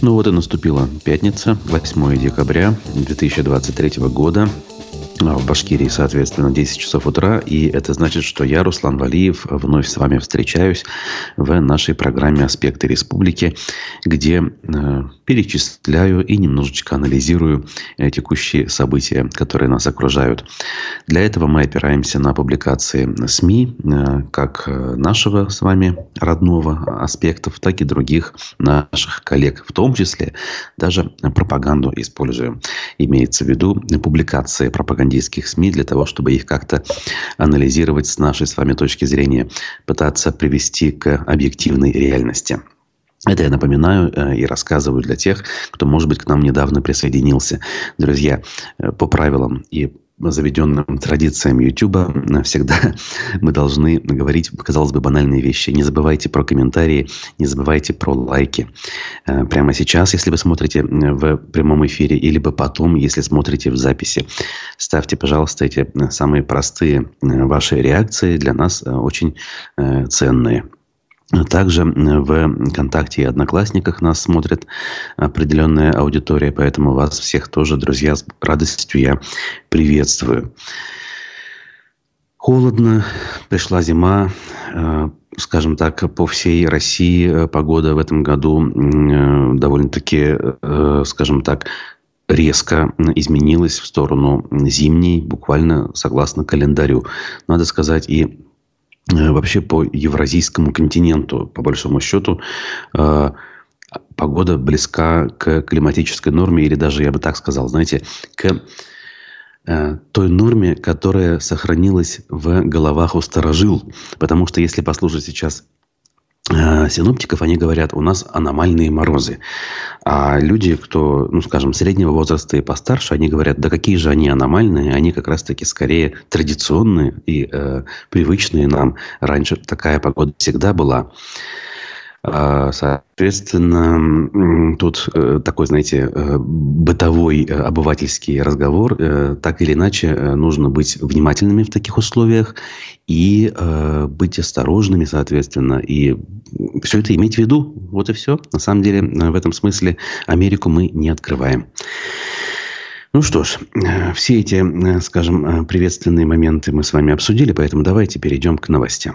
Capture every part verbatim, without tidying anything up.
Ну вот и наступила пятница, восьмое декабря две тысячи двадцать третьего года. В Башкирии, соответственно, десять часов утра. И это значит, что я, Руслан Валиев, вновь с вами встречаюсь в нашей программе «Аспекты республики», где э, перечисляю и немножечко анализирую э, текущие события, которые нас окружают. Для этого мы опираемся на публикации СМИ, э, как нашего с вами родного «Аспектов», так и других наших коллег. В том числе даже пропаганду используем. Имеется в виду публикации пропагандистов СМИ для того, чтобы их как-то анализировать с нашей с вами точки зрения, пытаться привести к объективной реальности. Это я напоминаю и рассказываю для тех, кто, может быть, к нам недавно присоединился. Друзья, по правилам и заведенным традициям Ютуба всегда мы должны говорить, казалось бы, банальные вещи. Не забывайте про комментарии, не забывайте про лайки. Прямо сейчас, если вы смотрите в прямом эфире, или потом, если смотрите в записи, ставьте, пожалуйста, эти самые простые ваши реакции, для нас очень ценные. Также в ВКонтакте и Одноклассниках нас смотрит определенная аудитория, поэтому вас всех тоже, друзья, с радостью я приветствую. Холодно, пришла зима, скажем так, по всей России погода в этом году довольно-таки, скажем так, резко изменилась в сторону зимней, буквально согласно календарю. Надо сказать, и вообще по евразийскому континенту, по большому счету, погода близка к климатической норме, или даже, я бы так сказал, знаете, к той норме, которая сохранилась в головах у старожил. Потому что если послушать сейчас синоптиков, они говорят, у нас аномальные морозы. А люди, кто, ну, скажем, среднего возраста и постарше, они говорят, да какие же они аномальные, они как раз-таки скорее традиционные и э, привычные нам. Раньше такая погода всегда была. Соответственно, тут такой, знаете, бытовой обывательский разговор. Так или иначе, нужно быть внимательными в таких условиях и быть осторожными, соответственно. И все это иметь в виду. Вот и все. На самом деле, в этом смысле Америку мы не открываем. Ну что ж, все эти, скажем, приветственные моменты мы с вами обсудили, поэтому давайте перейдем к новостям.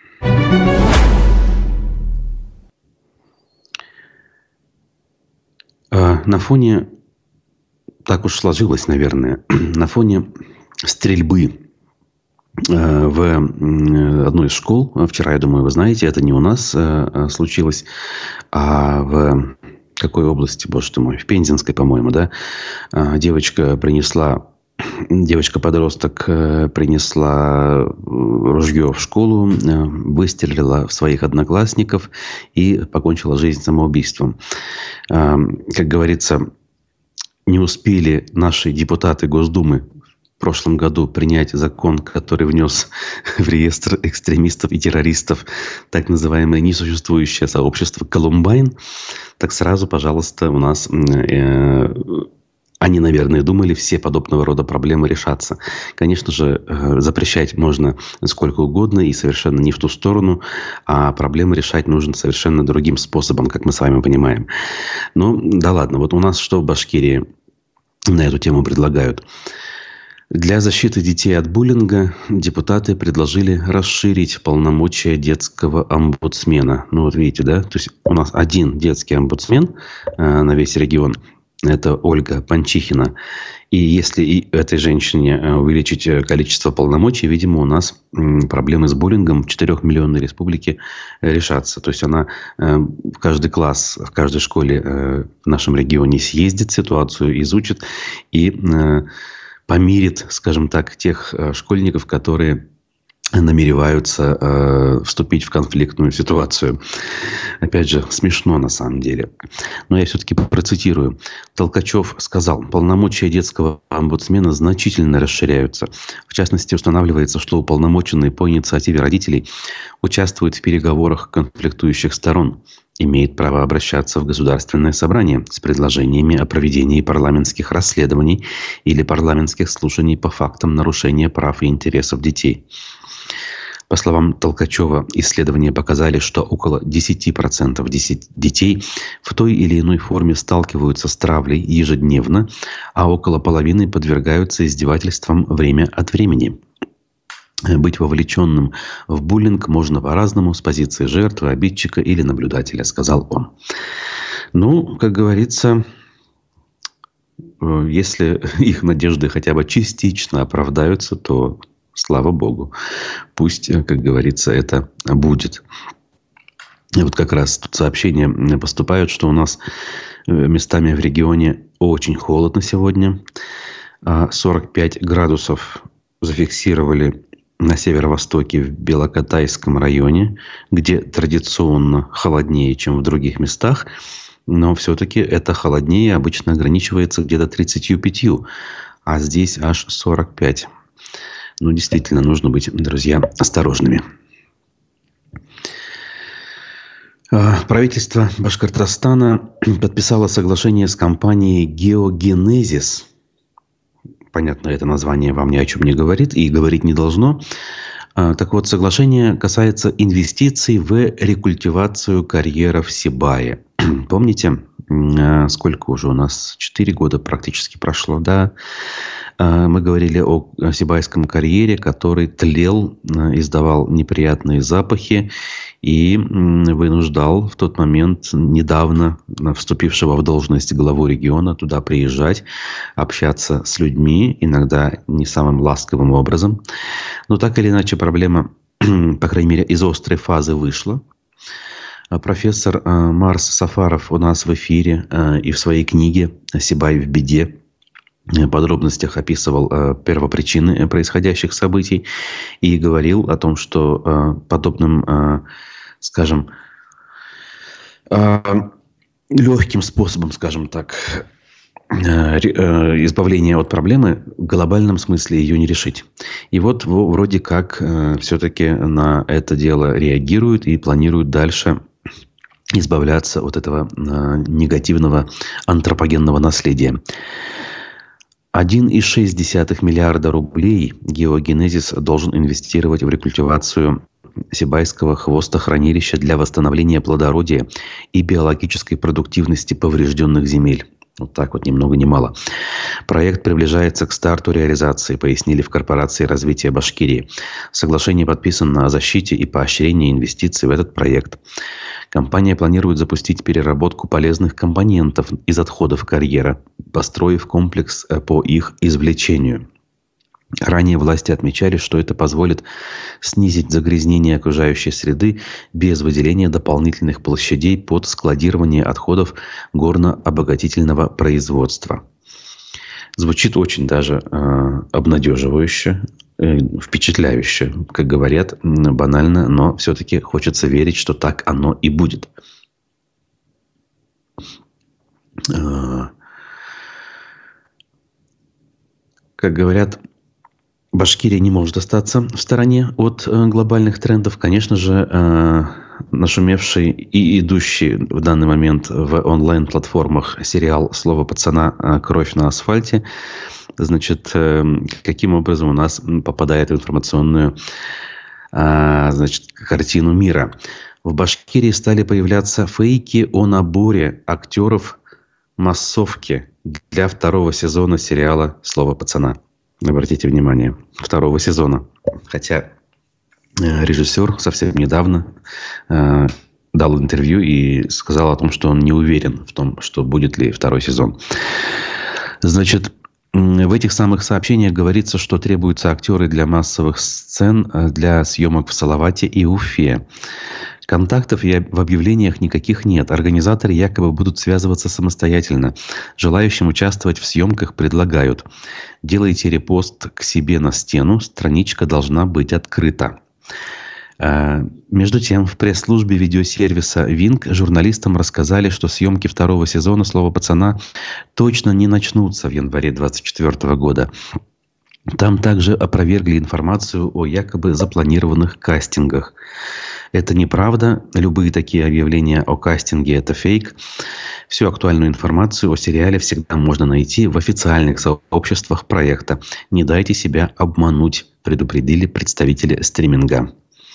На фоне, так уж сложилось, наверное, на фоне стрельбы в одной из школ, вчера, я думаю, вы знаете, это не у нас случилось, а в какой области, боже ты мой, в Пензенской, по-моему, да, девочка принесла... Девочка-подросток принесла ружье в школу, выстрелила в своих одноклассников и покончила жизнь самоубийством. Как говорится, не успели наши депутаты Госдумы в прошлом году принять закон, который внес в реестр экстремистов и террористов так называемое несуществующее сообщество «Колумбайн», так сразу, пожалуйста, у нас... Они, наверное, думали, все подобного рода проблемы решатся. Конечно же, запрещать можно сколько угодно и совершенно не в ту сторону, а проблемы решать нужно совершенно другим способом, как мы с вами понимаем. Но да ладно, вот у нас что в Башкирии на эту тему предлагают? Для защиты детей от буллинга депутаты предложили расширить полномочия детского омбудсмена. Ну вот видите, да? То есть у нас один детский омбудсмен э, на весь регион. Это Ольга Панчихина. И если и этой женщине увеличить количество полномочий, видимо, у нас проблемы с буллингом в четырехмиллионной республике решатся. То есть она в каждый класс, в каждой школе в нашем регионе съездит, ситуацию изучит и помирит, скажем так, тех школьников, которые намереваются э, вступить в конфликтную ситуацию. Опять же, смешно на самом деле. Но я все-таки процитирую. Толкачев сказал, полномочия детского омбудсмена значительно расширяются. В частности, устанавливается, что уполномоченный по инициативе родителей участвует в переговорах конфликтующих сторон, имеет право обращаться в Государственное собрание с предложениями о проведении парламентских расследований или парламентских слушаний по фактам нарушения прав и интересов детей. По словам Толкачева, исследования показали, что около десять процентов детей в той или иной форме сталкиваются с травлей ежедневно, а около половины подвергаются издевательствам время от времени. Быть вовлеченным в буллинг можно по-разному, с позиции жертвы, обидчика или наблюдателя, сказал он. Ну, как говорится, если их надежды хотя бы частично оправдаются, то слава богу. Пусть, как говорится, это будет. И вот как раз тут сообщения поступают, что у нас местами в регионе очень холодно сегодня. сорок пять градусов зафиксировали на северо-востоке в Белокотайском районе, где традиционно холоднее, чем в других местах. Но все-таки это холоднее обычно ограничивается где-то тридцатью пятью, а здесь аж сорок пять. Ну, действительно, нужно быть, друзья, осторожными. Правительство Башкортостана подписало соглашение с компанией «Геогенезис». Понятно, это название вам ни о чем не говорит и говорить не должно. Так вот, соглашение касается инвестиций в рекультивацию карьеров Сибая. Помните, сколько уже у нас? Четыре года практически прошло, да? Мы говорили о Сибайском карьере, который тлел, издавал неприятные запахи и вынуждал в тот момент недавно вступившего в должность главу региона туда приезжать, общаться с людьми, иногда не самым ласковым образом. Но так или иначе проблема, по крайней мере, из острой фазы вышла. Профессор Марс Сафаров у нас в эфире и в своей книге «Сибай в беде» в подробностях описывал э, первопричины происходящих событий и говорил о том, что э, подобным, э, скажем, э, легким способом, скажем так, э, э, избавления от проблемы в глобальном смысле ее не решить. И вот в, вроде как э, все-таки на это дело реагируют и планируют дальше избавляться от этого э, негативного антропогенного наследия. один целых шесть десятых миллиарда рублей Геогенезис должен инвестировать в рекультивацию Сибайского хвостохранилища для восстановления плодородия и биологической продуктивности поврежденных земель. Вот так вот, ни много ни мало. Проект приближается к старту реализации, пояснили в Корпорации развития Башкирии. Соглашение подписано о защите и поощрении инвестиций в этот проект. Компания планирует запустить переработку полезных компонентов из отходов карьера, построив комплекс по их извлечению. Ранее власти отмечали, что это позволит снизить загрязнение окружающей среды без выделения дополнительных площадей под складирование отходов горно-обогатительного производства. Звучит очень даже э, обнадеживающе, э, впечатляюще, как говорят, банально, но все-таки хочется верить, что так оно и будет. Э, как говорят, Башкирия не может остаться в стороне от э, глобальных трендов. Конечно же, э, нашумевший и идущий в данный момент в онлайн-платформах сериал «Слово пацана. Кровь на асфальте». Значит, э, каким образом у нас попадает в информационную э, значит, картину мира. В Башкирии стали появляться фейки о наборе актеров массовки для второго сезона сериала «Слово пацана». Обратите внимание, второго сезона. Хотя э, режиссер совсем недавно э, дал интервью и сказал о том, что он не уверен в том, что будет ли второй сезон. Значит, в этих самых сообщениях говорится, что требуются актеры для массовых сцен, для съемок в Салавате и Уфе. Контактов в объявлениях никаких нет. Организаторы якобы будут связываться самостоятельно. Желающим участвовать в съемках предлагают: делайте репост к себе на стену, страничка должна быть открыта. Между тем, в пресс-службе видеосервиса Винк журналистам рассказали, что съемки второго сезона «Слова пацана» точно не начнутся в январе двадцать четвёртого года. Там также опровергли информацию о якобы запланированных кастингах. Это неправда. Любые такие объявления о кастинге – это фейк. Всю актуальную информацию о сериале всегда можно найти в официальных сообществах проекта. Не дайте себя обмануть, предупредили представители стриминга.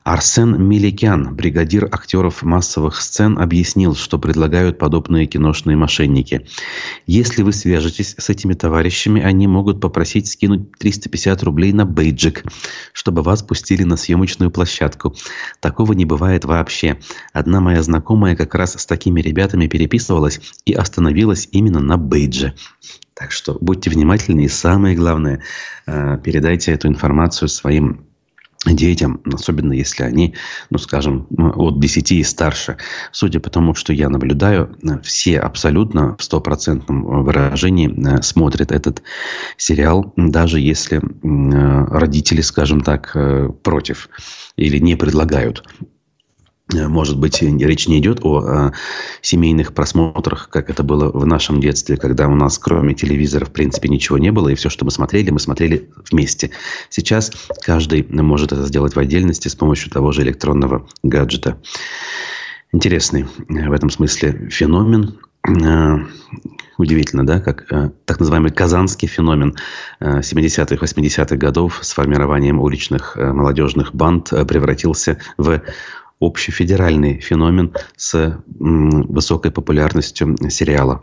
Арсен Меликян, бригадир актеров массовых сцен, объяснил, что предлагают подобные киношные мошенники. Если вы свяжетесь с этими товарищами, они могут попросить скинуть триста пятьдесят рублей на бейджик, чтобы вас пустили на съемочную площадку. Такого не бывает вообще. Одна моя знакомая как раз с такими ребятами переписывалась и остановилась именно на бейдже. Так что будьте внимательны и самое главное, передайте эту информацию своим детям, особенно если они, ну, скажем, от десяти и старше. Судя по тому, что я наблюдаю, все абсолютно в стопроцентном выражении смотрят этот сериал, даже если родители, скажем так, против или не предлагают. Может быть, речь не идет о, о семейных просмотрах, как это было в нашем детстве, когда у нас кроме телевизора в принципе ничего не было, и все, что мы смотрели, мы смотрели вместе. Сейчас каждый может это сделать в отдельности с помощью того же электронного гаджета. Интересный в этом смысле феномен. Удивительно, да, как э, так называемый казанский феномен э, семидесятых, восьмидесятых годов с формированием уличных э, молодежных банд э, превратился в общефедеральный феномен с м, высокой популярностью сериала.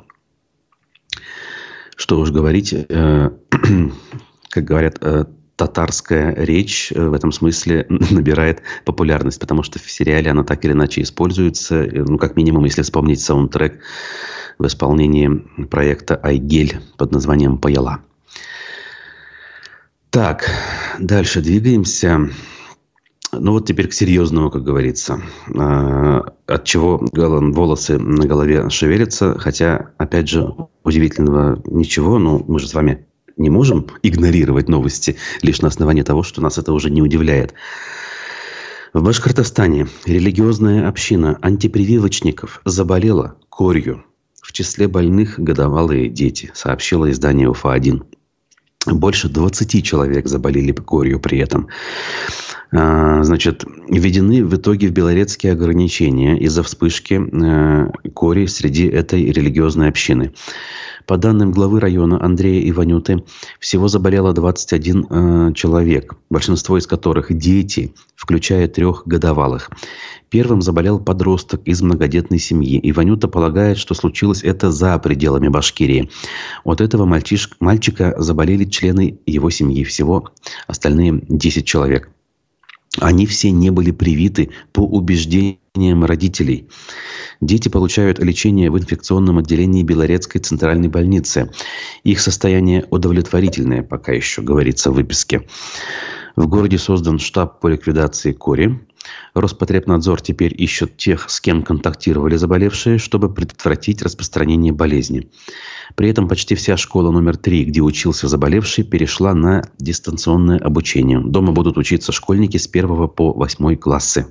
Что уж говорить, э, как говорят, э, татарская речь в этом смысле набирает популярность, потому что в сериале она так или иначе используется. Ну, как минимум, если вспомнить саундтрек в исполнении проекта «Айгель» под названием «Паяла». Так, дальше двигаемся. Ну вот теперь к серьезному, как говорится. От чего волосы на голове шевелятся. Хотя, опять же, удивительного ничего. Но мы же с вами не можем игнорировать новости лишь на основании того, что нас это уже не удивляет. В Башкортостане религиозная община антипрививочников заболела корью. В числе больных годовалые дети, сообщило издание Уфа один. Больше двадцати человек заболели корью при этом. Значит, введены в итоге в Белорецке ограничения из-за вспышки кори среди этой религиозной общины. По данным главы района Андрея Иванюты, всего заболело двадцать один э, человек, большинство из которых дети, включая трех годовалых. Первым заболел подросток из многодетной семьи. Иванюта полагает, что случилось это за пределами Башкирии. От этого мальчиш... мальчика заболели члены его семьи, всего остальные десять человек. Они все не были привиты по убеждениям родителей. Дети получают лечение в инфекционном отделении Белорецкой центральной больницы. Их состояние удовлетворительное, пока еще, говорится в выписке. В городе создан штаб по ликвидации кори. Роспотребнадзор теперь ищет тех, с кем контактировали заболевшие, чтобы предотвратить распространение болезни. При этом почти вся школа номер три, где учился заболевший, перешла на дистанционное обучение. Дома будут учиться школьники с первого по восьмой классы.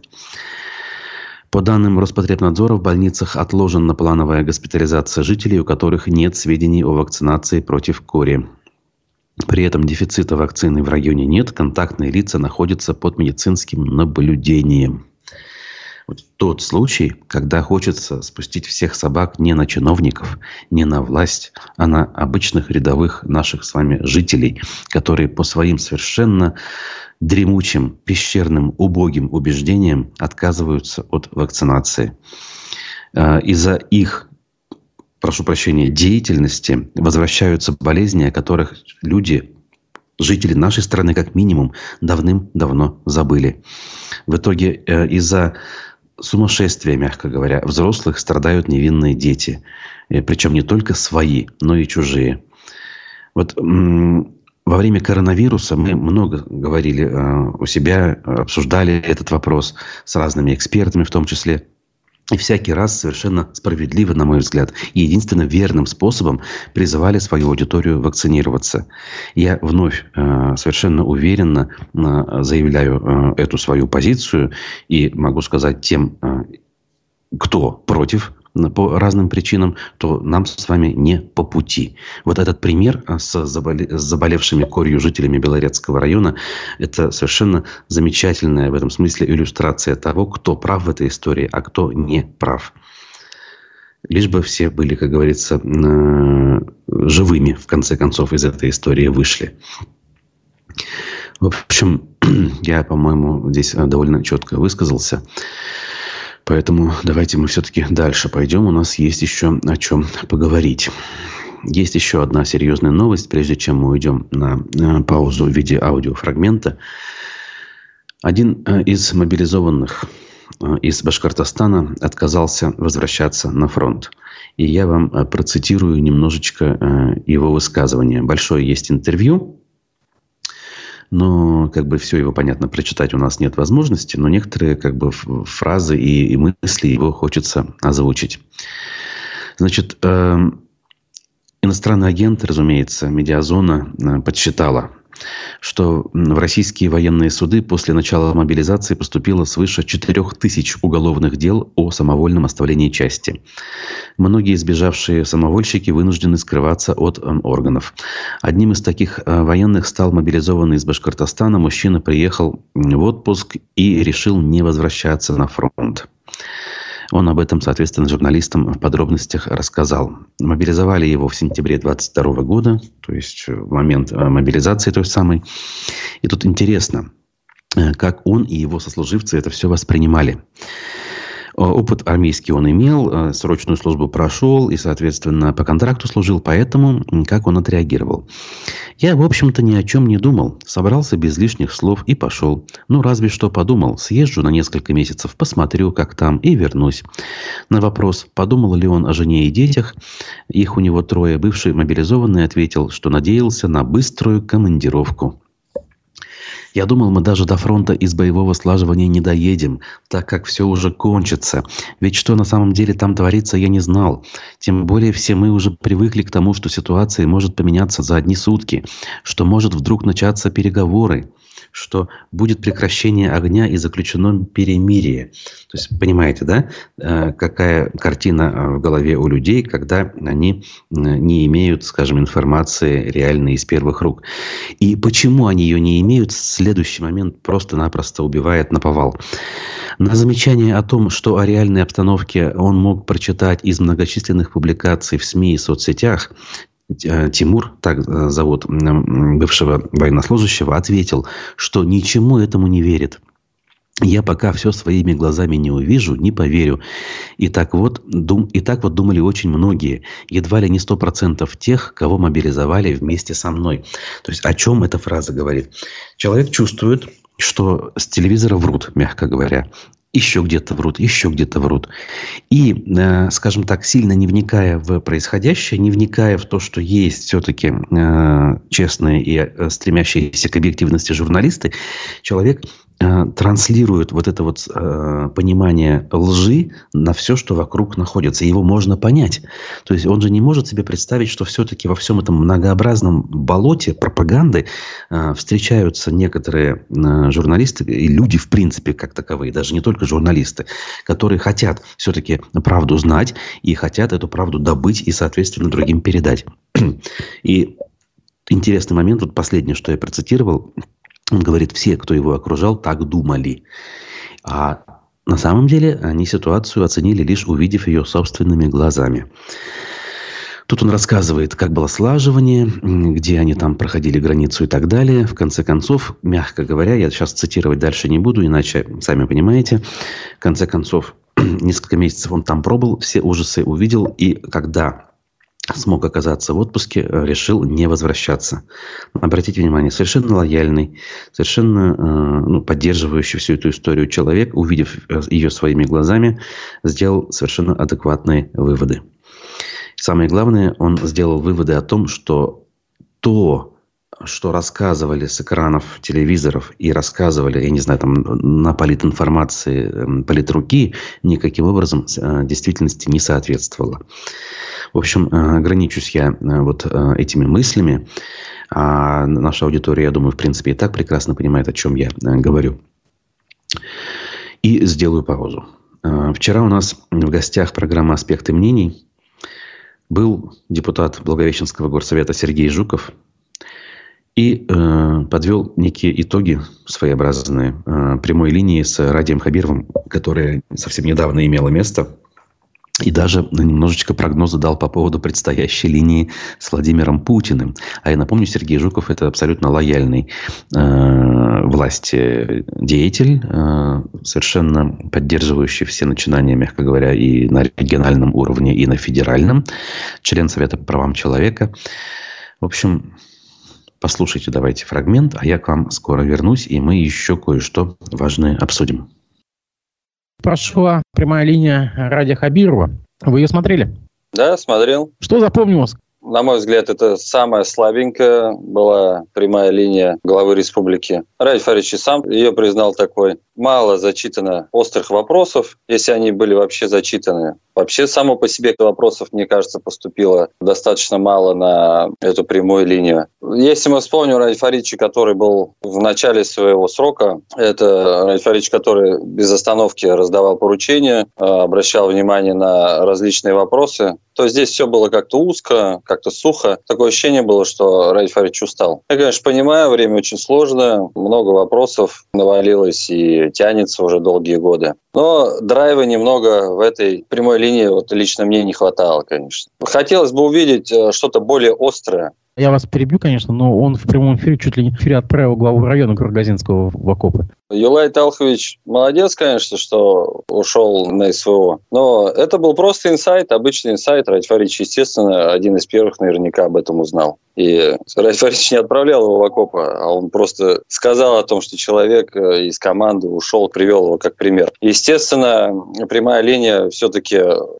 По данным Роспотребнадзора, в больницах отложена плановая госпитализация жителей, у которых нет сведений о вакцинации против кори. При этом дефицита вакцины в районе нет, контактные лица находятся под медицинским наблюдением. Вот тот случай, когда хочется спустить всех собак не на чиновников, не на власть, а на обычных рядовых наших с вами жителей, которые по своим совершенно дремучим, пещерным, убогим убеждениям отказываются от вакцинации. Из-за их, прошу прощения, деятельности возвращаются болезни, о которых люди, жители нашей страны, как минимум, давным-давно забыли. В итоге из-за сумасшествия, мягко говоря, взрослых страдают невинные дети. Причем не только свои, но и чужие. Вот во время коронавируса мы много говорили у себя, обсуждали этот вопрос с разными экспертами в том числе. И всякий раз совершенно справедливо, на мой взгляд, и единственно верным способом призывали свою аудиторию вакцинироваться. Я вновь э, совершенно уверенно э, заявляю э, эту свою позицию и могу сказать тем, э, кто против по разным причинам, то нам с вами не по пути. Вот этот пример с, заболе... с заболевшими корью жителями Белорецкого района – это совершенно замечательная в этом смысле иллюстрация того, кто прав в этой истории, а кто не прав. Лишь бы все были, как говорится, живыми, в конце концов, из этой истории вышли. В общем, Я, по-моему, здесь довольно четко высказался. Поэтому давайте мы все-таки дальше пойдем. У нас есть еще о чем поговорить. Есть еще одна серьезная новость, прежде чем мы уйдем на паузу в виде аудиофрагмента. Один из мобилизованных из Башкортостана отказался возвращаться на фронт. И я вам процитирую немножечко его высказывания. Большое есть интервью, но как бы все его, понятно, прочитать у нас нет возможности, но некоторые как бы фразы и, и мысли его хочется озвучить. Значит, э, иностранный агент, разумеется, Медиазона э, подсчитала, что в российские военные суды после начала мобилизации поступило свыше четырех тысяч уголовных дел о самовольном оставлении части. Многие сбежавшие самовольщики вынуждены скрываться от э, органов. Одним из таких э, военных стал мобилизованный из Башкортостана. Мужчина приехал в отпуск и решил не возвращаться на фронт. Он об этом, соответственно, журналистам в подробностях рассказал. Мобилизовали его в сентябре двадцать второго года, то есть в момент мобилизации той самой. И тут интересно, как он и его сослуживцы это все воспринимали. Опыт армейский он имел, срочную службу прошел и, соответственно, по контракту служил. Поэтому как он отреагировал? Я, в общем-то, ни о чем не думал. Собрался без лишних слов и пошел. Ну, разве что подумал. Съезжу на несколько месяцев, посмотрю, как там, и вернусь. На вопрос, подумал ли он о жене и детях, их у него трое, бывший мобилизованный ответил, что надеялся на быструю командировку. Я думал, мы даже до фронта из боевого слаживания не доедем, так как все уже кончится. Ведь что на самом деле там творится, я не знал. Тем более все мы уже привыкли к тому, что ситуация может поменяться за одни сутки, что может вдруг начаться переговоры, что будет прекращение огня и заключено перемирие. То есть, понимаете, да, какая картина в голове у людей, когда они не имеют, скажем, информации реальной из первых рук. И почему они ее не имеют, в следующий момент просто-напросто убивает наповал. На замечание о том, что о реальной обстановке он мог прочитать из многочисленных публикаций в СМИ и соцсетях, Тимур, так зовут бывшего военнослужащего, ответил, что ничему этому не верит. Я пока все своими глазами не увижу, не поверю. И так вот, дум, и так вот думали очень многие. Едва ли не сто процентов тех, кого мобилизовали вместе со мной. То есть о чем эта фраза говорит? Человек чувствует, что с телевизора врут, мягко говоря. Еще где-то врут, еще где-то врут. И, э, скажем так, сильно не вникая в происходящее, не вникая в то, что есть все-таки э, честные и э, стремящиеся к объективности журналисты, человек э, транслирует вот это вот э, понимание лжи на все, что вокруг находится. Его можно понять. То есть он же не может себе представить, что все-таки во всем этом многообразном болоте пропаганды э, встречаются некоторые э, журналисты и люди, в принципе, как таковые, даже не только журналисты, которые хотят все-таки правду знать и хотят эту правду добыть и, соответственно, другим передать. И интересный момент, вот последнее, что я процитировал, он говорит, все, кто его окружал, так думали. А на самом деле они ситуацию оценили, лишь увидев ее собственными глазами. Тут он рассказывает, как было слаживание, где они там проходили границу и так далее. В конце концов, мягко говоря, я сейчас цитировать дальше не буду, иначе, сами понимаете, в конце концов, несколько месяцев он там пробыл, все ужасы увидел, и когда смог оказаться в отпуске, решил не возвращаться. Обратите внимание, совершенно лояльный, совершенно ну, поддерживающий всю эту историю человек, увидев ее своими глазами, сделал совершенно адекватные выводы. Самое главное, он сделал выводы о том, что то, что рассказывали с экранов телевизоров и рассказывали, я не знаю, там на политинформации, политруки, никаким образом действительности не соответствовало. В общем, ограничусь я вот этими мыслями. А наша аудитория, я думаю, в принципе, и так прекрасно понимает, о чем я говорю. И сделаю паузу. Вчера у нас в гостях программы «Аспекты мнений» был депутат Благовещенского горсовета Сергей Жуков и э, подвел некие итоги своеобразные э, прямой линии с Радием Хабировым, которая совсем недавно имела место И даже немножечко прогнозы дал по поводу предстоящей линии с Владимиром Путиным. А я напомню, Сергей Жуков – это абсолютно лояльный э, власти деятель, э, совершенно поддерживающий все начинания, мягко говоря, и на региональном уровне, и на федеральном. Член Совета по правам человека. В общем, послушайте давайте фрагмент, а я к вам скоро вернусь, и мы еще кое-что важное обсудим. Прошла прямая линия Радия Хабирова. Вы ее смотрели? Да, смотрел. Что запомнилось? На мой взгляд, это самая слабенькая была прямая линия главы республики. Ради Фаридович сам ее признал такой. Мало зачитано острых вопросов, если они были вообще зачитаны. Вообще, само по себе вопросов, мне кажется, поступило достаточно мало на эту прямую линию. Если мы вспомним Ради Фаридовича, который был в начале своего срока, это Ради Фаридович, который без остановки раздавал поручения, обращал внимание на различные вопросы, то здесь все было как-то узко, как-то сухо. Такое ощущение было, что Ради Фаридович устал. Я, конечно, понимаю, время очень сложное, много вопросов навалилось и тянется уже долгие годы. Но драйва немного в этой прямой линии вот лично мне не хватало, конечно. Хотелось бы увидеть что-то более острое. Я вас перебью, конечно, но он в прямом эфире чуть ли не в эфире отправил главу района Каргазинского в окопы. Юлай Талхович молодец, конечно, что ушел на СВО. Но это был просто инсайт, обычный инсайт. Ради Фаридович, естественно, один из первых наверняка об этом узнал. И Ради Фаридович не отправлял его в окопы, а он просто сказал о том, что человек из команды ушел, привел его как пример. Естественно, прямая линия все-таки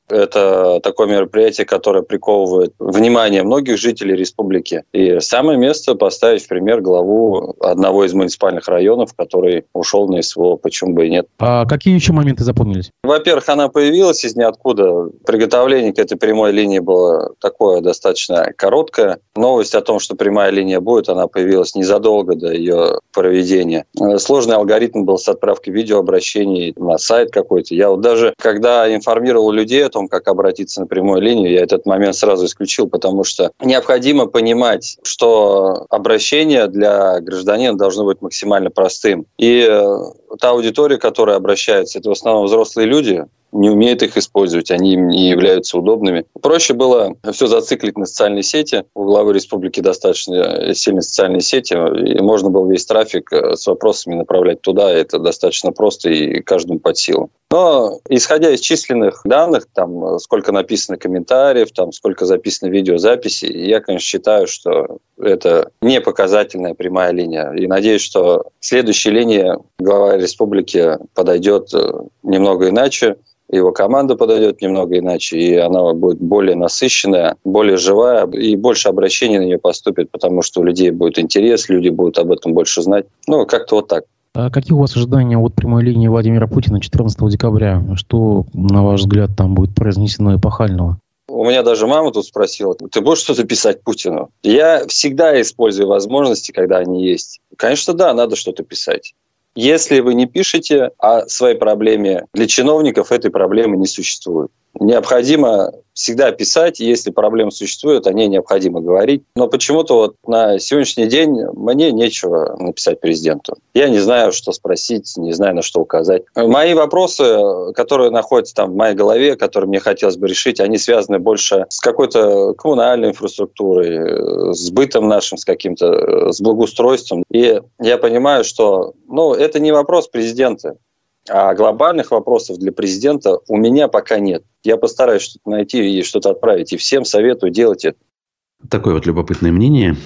это такое мероприятие, которое приковывает внимание многих жителей республики. И самое место поставить в пример главу одного из муниципальных районов, который ушел на СВО, почему бы и нет. А какие еще моменты запомнились? Во-первых, она появилась из ниоткуда. Приготовление к этой прямой линии было такое достаточно короткое. Новость о том, что прямая линия будет, она появилась незадолго до ее проведения. Сложный алгоритм был с отправкой видеообращений на сайт какой-то. Я вот даже, когда информировал людей о том, как обратиться на прямую линию, я этот момент сразу исключил, потому что необходимо понимать, что обращение для гражданина должно быть максимально простым. И та аудитория, которая обращается, это в основном взрослые люди, не умеют их использовать, они им не являются удобными. Проще было все зациклить на социальные сети. У главы республики достаточно сильные социальные сети, и можно было весь трафик с вопросами направлять туда. Это достаточно просто и каждому под силу. Но исходя из численных данных, там сколько написано комментариев, там сколько записано видеозаписей, я, конечно, считаю, что это не показательная прямая линия. И надеюсь, что в следующей линии глава республики подойдет немного иначе, его команда подойдет немного иначе, и она будет более насыщенная, более живая, и больше обращений на нее поступит, потому что у людей будет интерес, люди будут об этом больше знать. Ну, как-то вот так. А какие у вас ожидания от прямой линии Владимира Путина четырнадцатого декабря? Что, на ваш взгляд, там будет произнесено эпохального? У меня даже мама тут спросила, ты будешь что-то писать Путину? Я всегда использую возможности, когда они есть. Конечно, да, надо что-то писать. Если вы не пишете о своей проблеме, для чиновников этой проблемы не существует. Необходимо всегда писать, если проблемы существуют, о ней необходимо говорить. Но почему-то вот на сегодняшний день мне нечего написать президенту. Я не знаю, что спросить, не знаю, на что указать. Мои вопросы, которые находятся там в моей голове, которые мне хотелось бы решить, они связаны больше с какой-то коммунальной инфраструктурой, с бытом нашим, с каким-то, с благоустройством. И я понимаю, что ну, это не вопрос президента. А глобальных вопросов для президента у меня пока нет. Я постараюсь что-то найти и что-то отправить. И всем советую делать это. Такое вот любопытное мнение.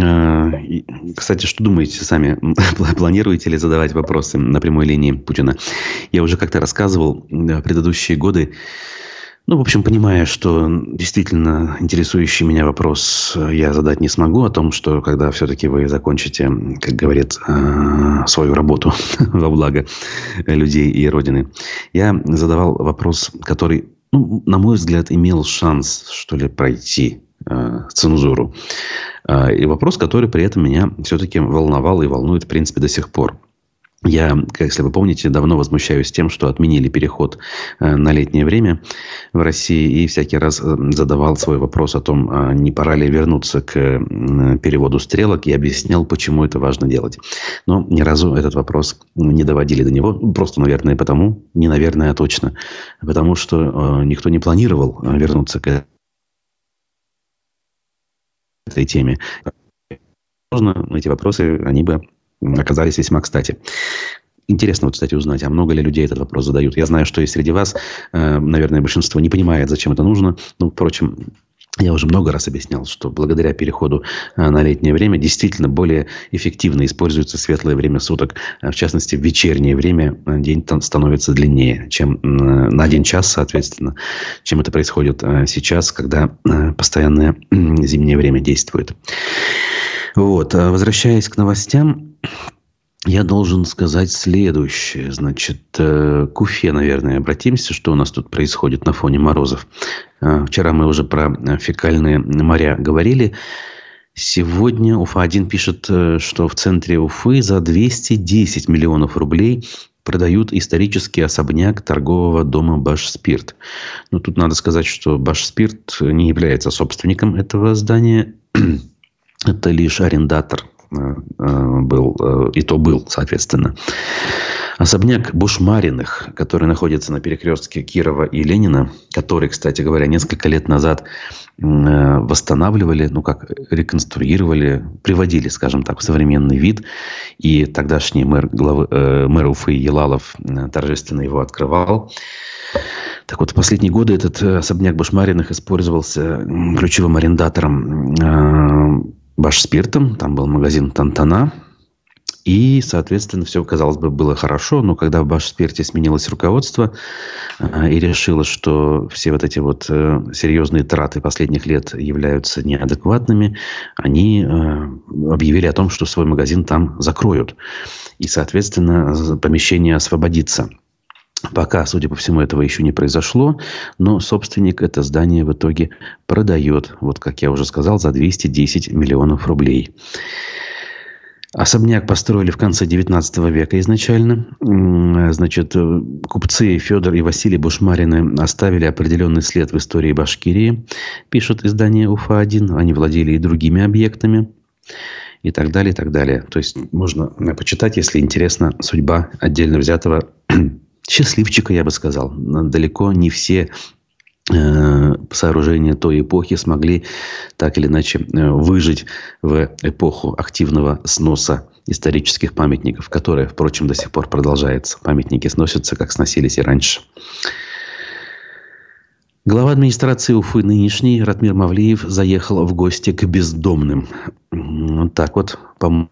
Кстати, что думаете сами? Планируете ли задавать вопросы на прямой линии Путина? Я уже как-то рассказывал в предыдущие годы. Ну, в общем, понимая, что действительно интересующий меня вопрос я задать не смогу, о том, что когда все-таки вы закончите, как говорит, свою работу во благо людей и Родины, я задавал вопрос, который, ну, на мой взгляд, имел шанс, что ли, пройти цензуру. И вопрос, который при этом меня все-таки волновал и волнует, в принципе, до сих пор. Я, если вы помните, давно возмущаюсь тем, что отменили переход на летнее время в России. И всякий раз задавал свой вопрос о том, не пора ли вернуться к переводу стрелок. И объяснял, почему это важно делать. Но ни разу этот вопрос не доводили до него. Просто, наверное, потому. Не наверное, а точно. Потому что никто не планировал вернуться к этой теме. Возможно, эти вопросы, они бы оказались весьма кстати. Интересно, вот, кстати, узнать, а много ли людей этот вопрос задают. Я знаю, что и среди вас, наверное, большинство не понимает, зачем это нужно. Ну, впрочем, я уже много раз объяснял, что благодаря переходу на летнее время действительно более эффективно используется светлое время суток. В частности, в вечернее время день становится длиннее, чем на один час, соответственно, чем это происходит сейчас, когда постоянное зимнее время действует. Вот. Возвращаясь к новостям, я должен сказать следующее. Значит, к Уфе, наверное, обратимся, что у нас тут происходит на фоне морозов. Вчера мы уже про фекальные моря говорили. Сегодня Уфа-один пишет, что в центре Уфы за двести десять миллионов рублей продают исторический особняк торгового дома «Башспирт». Но тут надо сказать, что «Башспирт» не является собственником этого здания. Это лишь арендатор был, и то был, соответственно. Особняк Бушмариных, который находится на перекрестке Кирова и Ленина, который, кстати говоря, несколько лет назад восстанавливали, ну как, реконструировали, приводили, скажем так, в современный вид. И тогдашний мэр, главы, э, мэр Уфы Елалов торжественно его открывал. Так вот, в последние годы этот особняк Бушмариных использовался ключевым арендатором э, Башспиртом. Там был магазин «Тантана». И, соответственно, все, казалось бы, было хорошо. Но когда в Башспирте сменилось руководство э, и решило, что все вот эти вот э, серьезные траты последних лет являются неадекватными, они э, объявили о том, что свой магазин там закроют. И, соответственно, помещение освободится. Пока, судя по всему, этого еще не произошло, но собственник это здание в итоге продает, вот как я уже сказал, за двести десять миллионов рублей. Особняк построили в конце девятнадцатого века изначально. Значит, купцы Федор и Василий Бушмарины оставили определенный след в истории Башкирии, пишет издание Уфа-один. Они владели и другими объектами. И так далее, и так далее. То есть можно почитать, если интересна судьба отдельно взятого счастливчика, я бы сказал. Далеко не все э, сооружения той эпохи смогли так или иначе э, выжить в эпоху активного сноса исторических памятников, которая, впрочем, до сих пор продолжается. Памятники сносятся, как сносились и раньше. Глава администрации Уфы нынешний Ратмир Мавлиев заехал в гости к бездомным. Вот так вот, по-моему,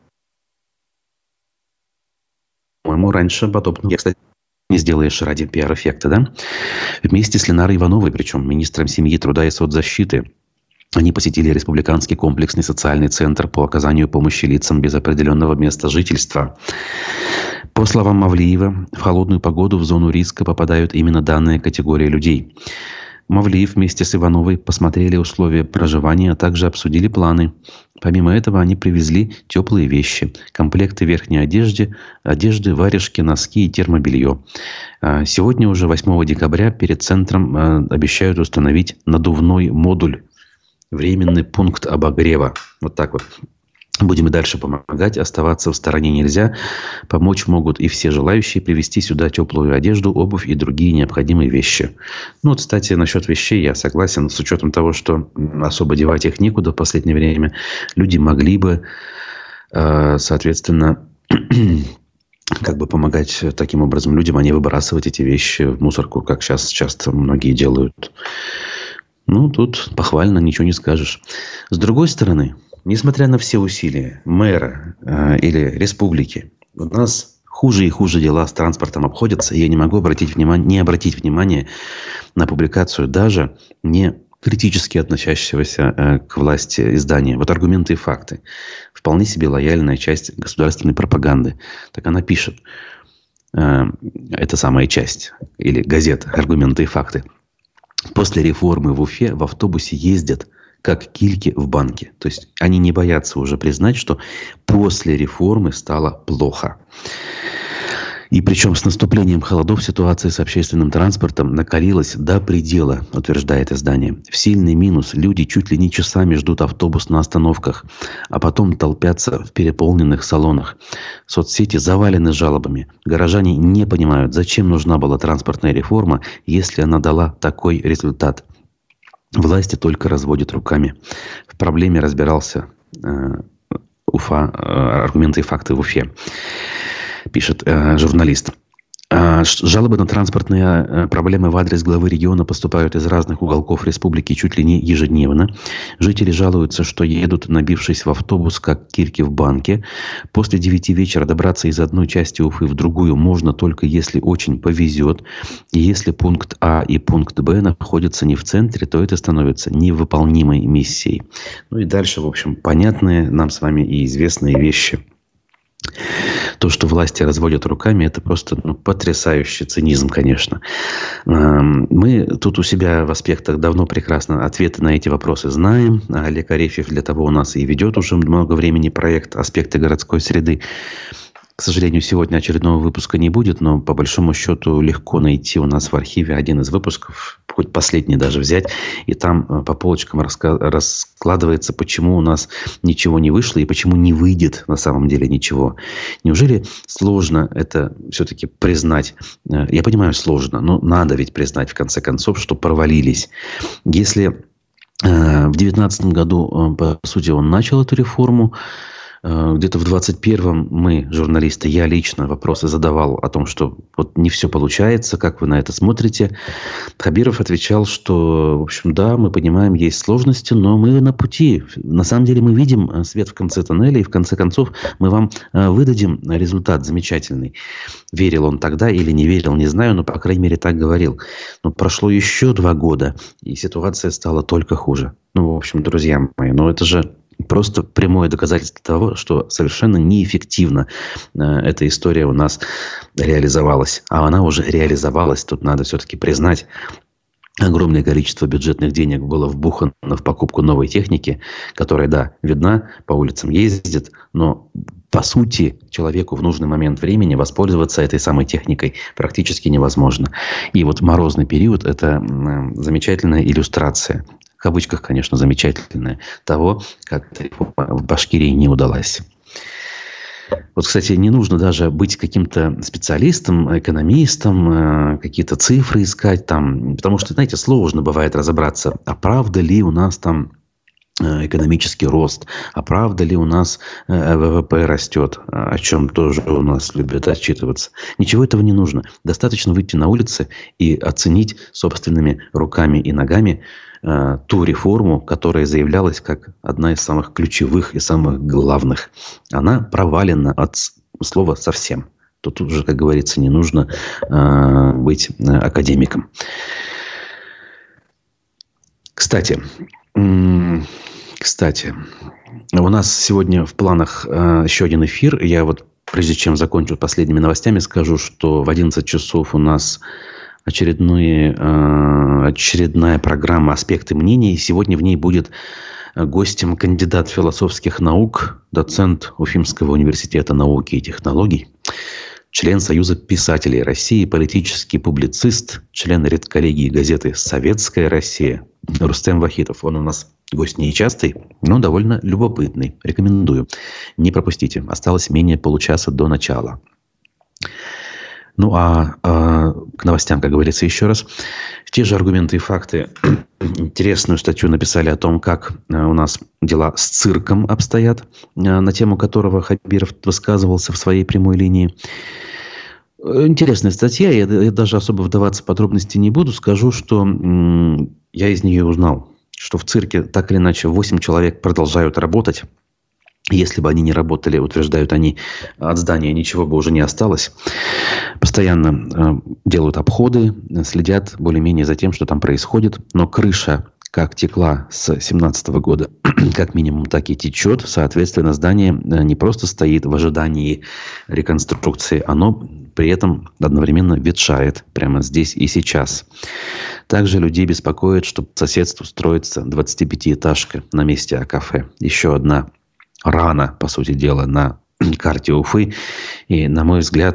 раньше подобного, кстати, не сделаешь ради пиар-эффекта, да? Вместе с Ленарой Ивановой, причем министром семьи, труда и соцзащиты, они посетили Республиканский комплексный социальный центр по оказанию помощи лицам без определенного места жительства. По словам Мавлиева, в холодную погоду в зону риска попадают именно данная категория людей. Мавлиев вместе с Ивановой посмотрели условия проживания, а также обсудили планы. Помимо этого, они привезли теплые вещи, комплекты верхней одежды, одежды, варежки, носки и термобелье. Сегодня, уже восьмого декабря, перед центром обещают установить надувной модуль, временный пункт обогрева. Вот так вот. Будем и дальше помогать. Оставаться в стороне нельзя. Помочь могут и все желающие привезти сюда теплую одежду, обувь и другие необходимые вещи. Ну, вот, кстати, насчет вещей я согласен. С учетом того, что особо девать их некуда в последнее время, люди могли бы, соответственно, как бы помогать таким образом людям, а не выбрасывать эти вещи в мусорку, как сейчас часто многие делают. Ну, тут похвально, ничего не скажешь. С другой стороны, несмотря на все усилия мэра э, или республики, у нас хуже и хуже дела с транспортом обходятся. И я не могу обратить внимание, не обратить внимание на публикацию даже не критически относящегося э, к власти издания. Вот «Аргументы и факты». Вполне себе лояльная часть государственной пропаганды. Так она пишет. Э, это самая часть. Или газета «Аргументы и факты». После реформы в Уфе в автобусе ездят как кильки в банке. То есть они не боятся уже признать, что после реформы стало плохо. И причем с наступлением холодов ситуация с общественным транспортом накалилась до предела, утверждает издание. В сильный минус люди чуть ли не часами ждут автобус на остановках, а потом толпятся в переполненных салонах. Соцсети завалены жалобами. Горожане не понимают, зачем нужна была транспортная реформа, если она дала такой результат. Власти только разводят руками. В проблеме разбирался э, Уфа, э, аргументы и факты в Уфе. Пишет э, журналист. Э, жалобы на транспортные э, проблемы в адрес главы региона поступают из разных уголков республики чуть ли не ежедневно. Жители жалуются, что едут, набившись в автобус, как кильки в банке. После девяти вечера добраться из одной части Уфы в другую можно только если очень повезет. И если пункт А и пункт Б находятся не в центре, то это становится невыполнимой миссией. Ну и дальше, в общем, понятные нам с вами и известные вещи. То, что власти разводят руками, это просто ну, потрясающий цинизм, конечно. Мы тут у себя в аспектах давно прекрасно ответы на эти вопросы знаем. Олег Арефьев для того у нас и ведет уже много времени проект «Аспекты городской среды». К сожалению, сегодня очередного выпуска не будет, но по большому счету легко найти у нас в архиве один из выпусков, хоть последний даже взять, и там по полочкам раска- раскладывается, почему у нас ничего не вышло и почему не выйдет на самом деле ничего. Неужели сложно это все-таки признать? Я понимаю, сложно, но надо ведь признать в конце концов, что провалились. Если э, в две тысячи девятнадцатом году, по сути, он начал эту реформу, где-то в двадцать первом мы, журналисты, я лично вопросы задавал о том, что вот не все получается, как вы на это смотрите. Хабиров отвечал, что, в общем, да, мы понимаем, есть сложности, но мы на пути. На самом деле мы видим свет в конце тоннеля, и в конце концов мы вам выдадим результат замечательный. Верил он тогда или не верил, не знаю, но, по крайней мере, так говорил. Но прошло еще два года, и ситуация стала только хуже. Ну, в общем, друзья мои, ну это же просто прямое доказательство того, что совершенно неэффективно э, эта история у нас реализовалась. А она уже реализовалась. Тут надо все-таки признать, огромное количество бюджетных денег было вбухано в покупку новой техники, которая, да, видна, по улицам ездит, но по сути человеку в нужный момент времени воспользоваться этой самой техникой практически невозможно. И вот морозный период – это э, замечательная иллюстрация. В кавычках, конечно, замечательная, того, как в Башкирии не удалась. Вот, кстати, не нужно даже быть каким-то специалистом, экономистом, какие-то цифры искать там, потому что, знаете, сложно бывает разобраться, а правда ли у нас там экономический рост, а правда ли у нас ВВП растет, о чем тоже у нас любят отчитываться. Ничего этого не нужно. Достаточно выйти на улицы и оценить собственными руками и ногами э, ту реформу, которая заявлялась как одна из самых ключевых и самых главных. Она провалена от слова совсем. Тут уже, как говорится, не нужно э, быть академиком. Кстати, Кстати, у нас сегодня в планах э, еще один эфир. Я вот, прежде чем закончу последними новостями, скажу, что в одиннадцать часов у нас очередные, э, очередная программа «Аспекты мнений». Сегодня в ней будет гостем кандидат философских наук, доцент Уфимского университета науки и технологий, член Союза писателей России, политический публицист, член редколлегии газеты «Советская Россия» Рустем Вахитов. Он у нас гость нечастый, но довольно любопытный. Рекомендую. Не пропустите. Осталось менее получаса до начала. Ну, а, а к новостям, как говорится, еще раз. Те же аргументы и факты. Интересную статью написали о том, как у нас дела с цирком обстоят, на тему которого Хабиров высказывался в своей прямой линии. Интересная статья. Я, я даже особо вдаваться в подробности не буду. Скажу, что м- я из нее узнал, что в цирке так или иначе восемь человек продолжают работать. Если бы они не работали, утверждают они, от здания ничего бы уже не осталось. Постоянно э, делают обходы, следят более-менее за тем, что там происходит. Но крыша, как текла с две тысячи семнадцатого года, как минимум, так и течет. Соответственно, здание не просто стоит в ожидании реконструкции, оно при этом одновременно ветшает прямо здесь и сейчас. Также людей беспокоит, что по соседству строится двадцатипятиэтажка на месте А-кафе. Еще одна рана, по сути дела, на карте Уфы. И, на мой взгляд,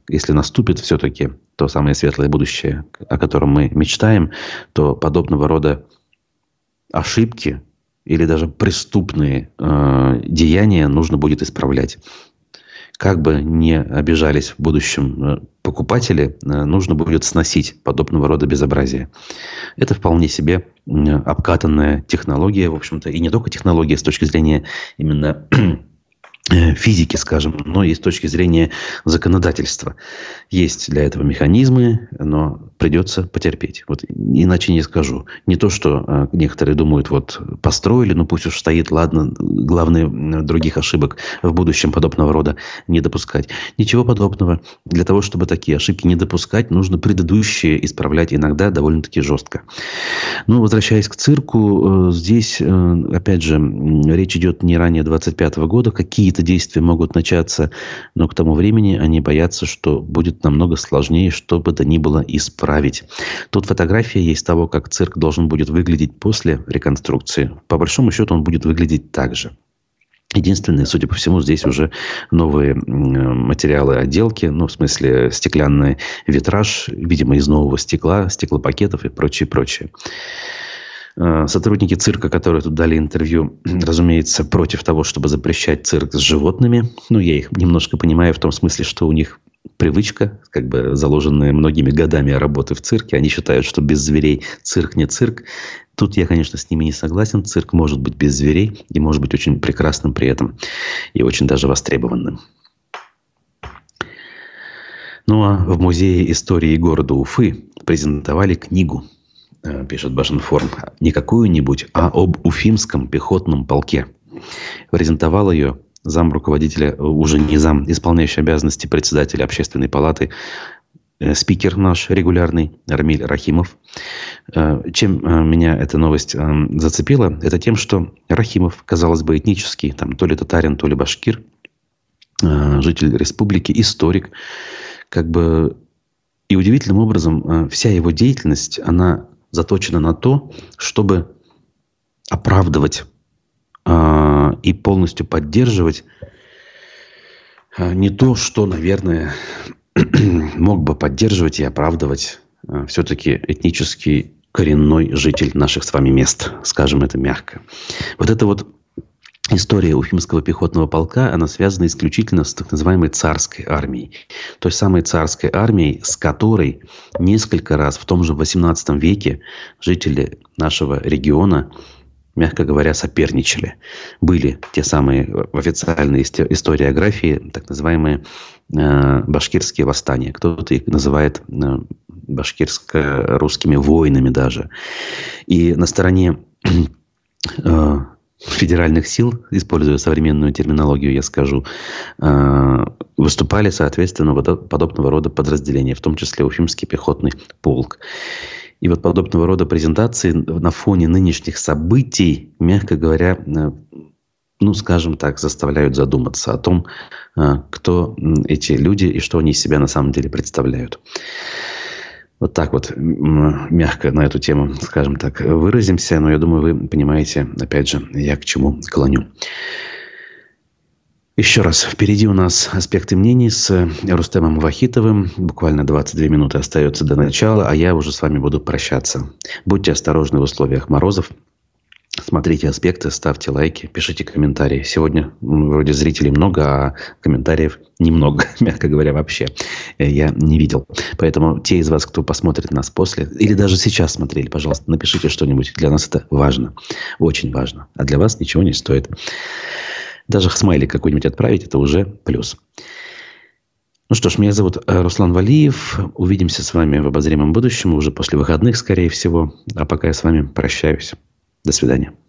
если наступит все-таки то самое светлое будущее, о котором мы мечтаем, то подобного рода ошибки или даже преступные э, деяния нужно будет исправлять. Как бы не обижались в будущем покупатели, нужно будет сносить подобного рода безобразие. Это вполне себе обкатанная технология, в общем-то, и не только технология с точки зрения именно физики, скажем, но и с точки зрения законодательства. Есть для этого механизмы, но придется потерпеть. Вот иначе не скажу. Не то, что некоторые думают, вот построили, ну пусть уж стоит, ладно, главное других ошибок в будущем подобного рода не допускать. Ничего подобного. Для того, чтобы такие ошибки не допускать, нужно предыдущие исправлять иногда довольно-таки жестко. Ну, возвращаясь к цирку, здесь, опять же, речь идет не ранее двадцать пятого года. Какие-то действия могут начаться, но к тому времени они боятся, что будет намного сложнее, что бы то ни было исправить. Тут фотография есть того, как цирк должен будет выглядеть после реконструкции. По большому счету он будет выглядеть так же. Единственное, судя по всему, здесь уже новые материалы отделки, ну, в смысле, стеклянный витраж, видимо, из нового стекла, стеклопакетов и прочее, прочее. Сотрудники цирка, которые тут дали интервью, разумеется, против того, чтобы запрещать цирк с животными. Ну, я их немножко понимаю в том смысле, что у них привычка, как бы заложенная многими годами работы в цирке. Они считают, что без зверей цирк не цирк. Тут я, конечно, с ними не согласен. Цирк может быть без зверей и может быть очень прекрасным при этом. И очень даже востребованным. Ну, а в Музее истории города Уфы презентовали книгу, пишет Башинформ, не какую-нибудь, а об Уфимском пехотном полке. Презентовал ее зам руководителя, уже не зам, исполняющий обязанности председателя Общественной палаты, спикер наш регулярный Рамиль Рахимов. Чем меня эта новость зацепила? Это тем, что Рахимов, казалось бы, этнический, там, то ли татарин, то ли башкир, житель республики, историк, как бы, и удивительным образом вся его деятельность, она заточена на то, чтобы оправдывать э, и полностью поддерживать э, не то, что, наверное, мог бы поддерживать и оправдывать э, все-таки этнический коренной житель наших с вами мест, скажем это мягко. Вот это вот история Уфимского пехотного полка, она связана исключительно с так называемой царской армией. Той самой царской армией, с которой несколько раз в том же восемнадцатом веке жители нашего региона, мягко говоря, соперничали. Были те самые в официальной историографии так называемые э, башкирские восстания. Кто-то их называет э, башкирско-русскими войнами даже. И на стороне э, федеральных сил, используя современную терминологию, я скажу, выступали, соответственно, подобного рода подразделения, в том числе Уфимский пехотный полк. И вот подобного рода презентации на фоне нынешних событий, мягко говоря, ну, скажем так, заставляют задуматься о том, кто эти люди и что они из себя на самом деле представляют. Вот так вот мягко на эту тему, скажем так, выразимся. Но я думаю, вы понимаете, опять же, я к чему клоню. Еще раз, впереди у нас аспекты мнений с Рустемом Вахитовым. Буквально двадцать две минуты остается до начала, а я уже с вами буду прощаться. Будьте осторожны в условиях морозов. Смотрите аспекты, ставьте лайки, пишите комментарии. Сегодня вроде зрителей много, а комментариев немного, мягко говоря, вообще я не видел. Поэтому те из вас, кто посмотрит нас после, или даже сейчас смотрели, пожалуйста, напишите что-нибудь. Для нас это важно, очень важно. А для вас ничего не стоит. Даже смайлик какой-нибудь отправить, это уже плюс. Ну что ж, меня зовут Руслан Валиев. Увидимся с вами в обозримом будущем, уже после выходных, скорее всего. А пока я с вами прощаюсь. До свидания.